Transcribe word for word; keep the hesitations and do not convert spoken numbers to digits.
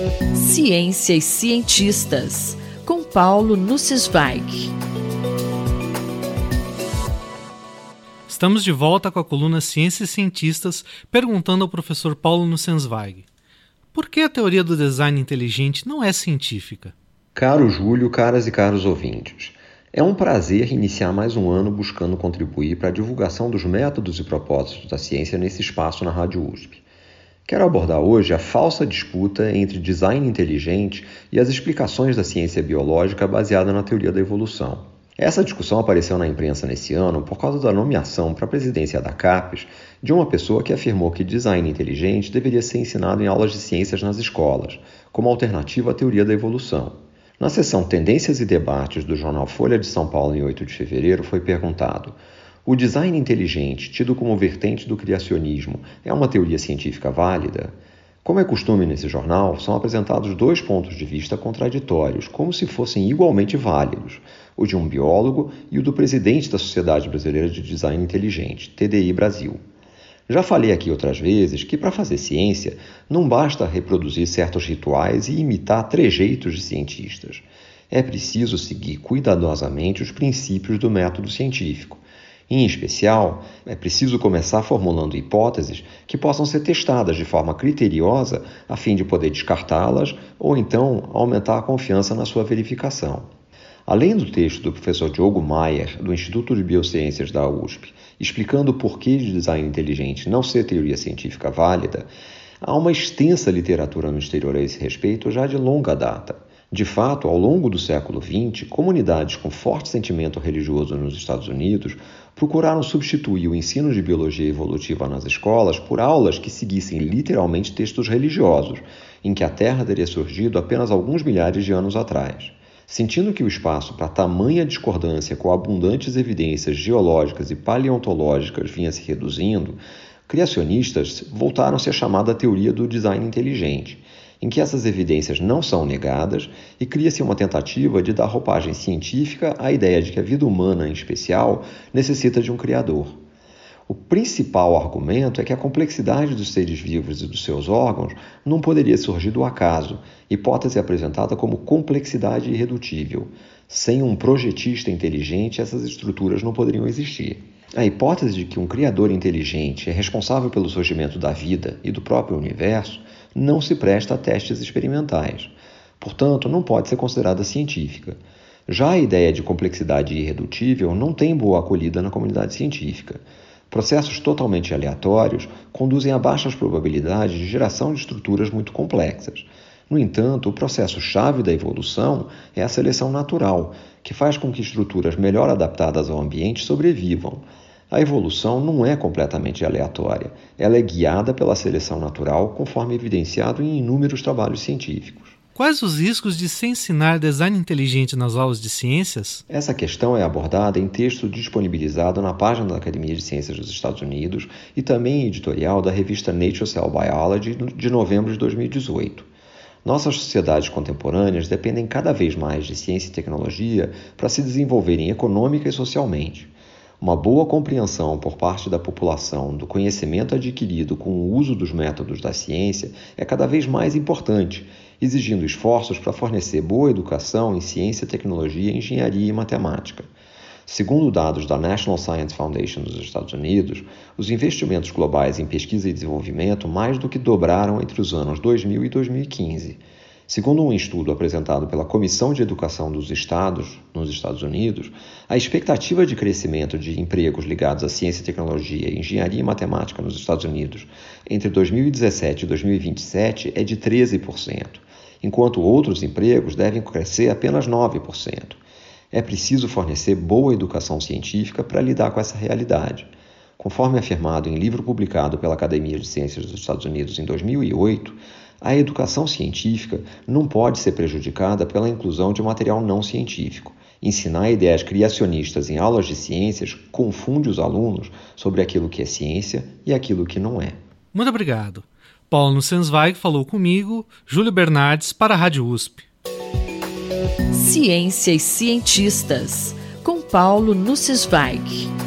Ciência e Cientistas, com Paulo Nussweig. Estamos de volta com a coluna Ciência e Cientistas, perguntando ao professor Paulo Nussweig: por que a teoria do design inteligente não é científica? Caro Júlio, caras e caros ouvintes, é um prazer iniciar mais um ano buscando contribuir para a divulgação dos métodos e propósitos da ciência nesse espaço na Rádio U S P. Quero abordar hoje a falsa disputa entre design inteligente e as explicações da ciência biológica baseada na teoria da evolução. Essa discussão apareceu na imprensa nesse ano por causa da nomeação para a presidência da CAPES de uma pessoa que afirmou que design inteligente deveria ser ensinado em aulas de ciências nas escolas, como alternativa à teoria da evolução. Na seção Tendências e Debates do jornal Folha de São Paulo, em oito de fevereiro, foi perguntado: o design inteligente, tido como vertente do criacionismo, é uma teoria científica válida? Como é costume nesse jornal, são apresentados dois pontos de vista contraditórios, como se fossem igualmente válidos, o de um biólogo e o do presidente da Sociedade Brasileira de Design Inteligente, T D I Brasil. Já falei aqui outras vezes que para fazer ciência não basta reproduzir certos rituais e imitar trejeitos de cientistas. É preciso seguir cuidadosamente os princípios do método científico. Em especial, é preciso começar formulando hipóteses que possam ser testadas de forma criteriosa a fim de poder descartá-las ou então aumentar a confiança na sua verificação. Além do texto do professor Diogo Maier, do Instituto de Biociências da U S P, explicando o porquê de design inteligente não ser teoria científica válida, há uma extensa literatura no exterior a esse respeito já de longa data. De fato, ao longo do século vinte, comunidades com forte sentimento religioso nos Estados Unidos procuraram substituir o ensino de biologia evolutiva nas escolas por aulas que seguissem literalmente textos religiosos, em que a Terra teria surgido apenas alguns milhares de anos atrás. Sentindo que o espaço para tamanha discordância com abundantes evidências geológicas e paleontológicas vinha se reduzindo, criacionistas voltaram-se à chamada teoria do design inteligente, em que essas evidências não são negadas e cria-se uma tentativa de dar roupagem científica à ideia de que a vida humana, em especial, necessita de um criador. O principal argumento é que a complexidade dos seres vivos e dos seus órgãos não poderia surgir do acaso, hipótese apresentada como complexidade irredutível. Sem um projetista inteligente, essas estruturas não poderiam existir. A hipótese de que um criador inteligente é responsável pelo surgimento da vida e do próprio universo não se presta a testes experimentais. Portanto, não pode ser considerada científica. Já a ideia de complexidade irredutível não tem boa acolhida na comunidade científica. Processos totalmente aleatórios conduzem a baixas probabilidades de geração de estruturas muito complexas. No entanto, o processo-chave da evolução é a seleção natural, que faz com que estruturas melhor adaptadas ao ambiente sobrevivam. A evolução não é completamente aleatória. Ela é guiada pela seleção natural, conforme evidenciado em inúmeros trabalhos científicos. Quais os riscos de se ensinar design inteligente nas aulas de ciências? Essa questão é abordada em texto disponibilizado na página da Academia de Ciências dos Estados Unidos e também em editorial da revista Nature Cell Biology de novembro de dois mil e dezoito. Nossas sociedades contemporâneas dependem cada vez mais de ciência e tecnologia para se desenvolverem econômica e socialmente. Uma boa compreensão por parte da população do conhecimento adquirido com o uso dos métodos da ciência é cada vez mais importante, exigindo esforços para fornecer boa educação em ciência, tecnologia, engenharia e matemática. Segundo dados da National Science Foundation dos Estados Unidos, os investimentos globais em pesquisa e desenvolvimento mais do que dobraram entre os anos dois mil e dois mil e quinze. Segundo um estudo apresentado pela Comissão de Educação dos Estados, nos Estados Unidos, a expectativa de crescimento de empregos ligados à ciência e tecnologia, engenharia e matemática nos Estados Unidos entre dois mil e dezessete e dois mil e vinte e sete é de treze por cento, enquanto outros empregos devem crescer apenas nove por cento. É preciso fornecer boa educação científica para lidar com essa realidade. Conforme afirmado em livro publicado pela Academia de Ciências dos Estados Unidos em dois mil e oito, a educação científica não pode ser prejudicada pela inclusão de material não científico. Ensinar ideias criacionistas em aulas de ciências confunde os alunos sobre aquilo que é ciência e aquilo que não é. Muito obrigado. Paulo Nussweig falou comigo, Júlio Bernardes, para a Rádio U S P. Ciência e Cientistas, com Paulo Nussweig.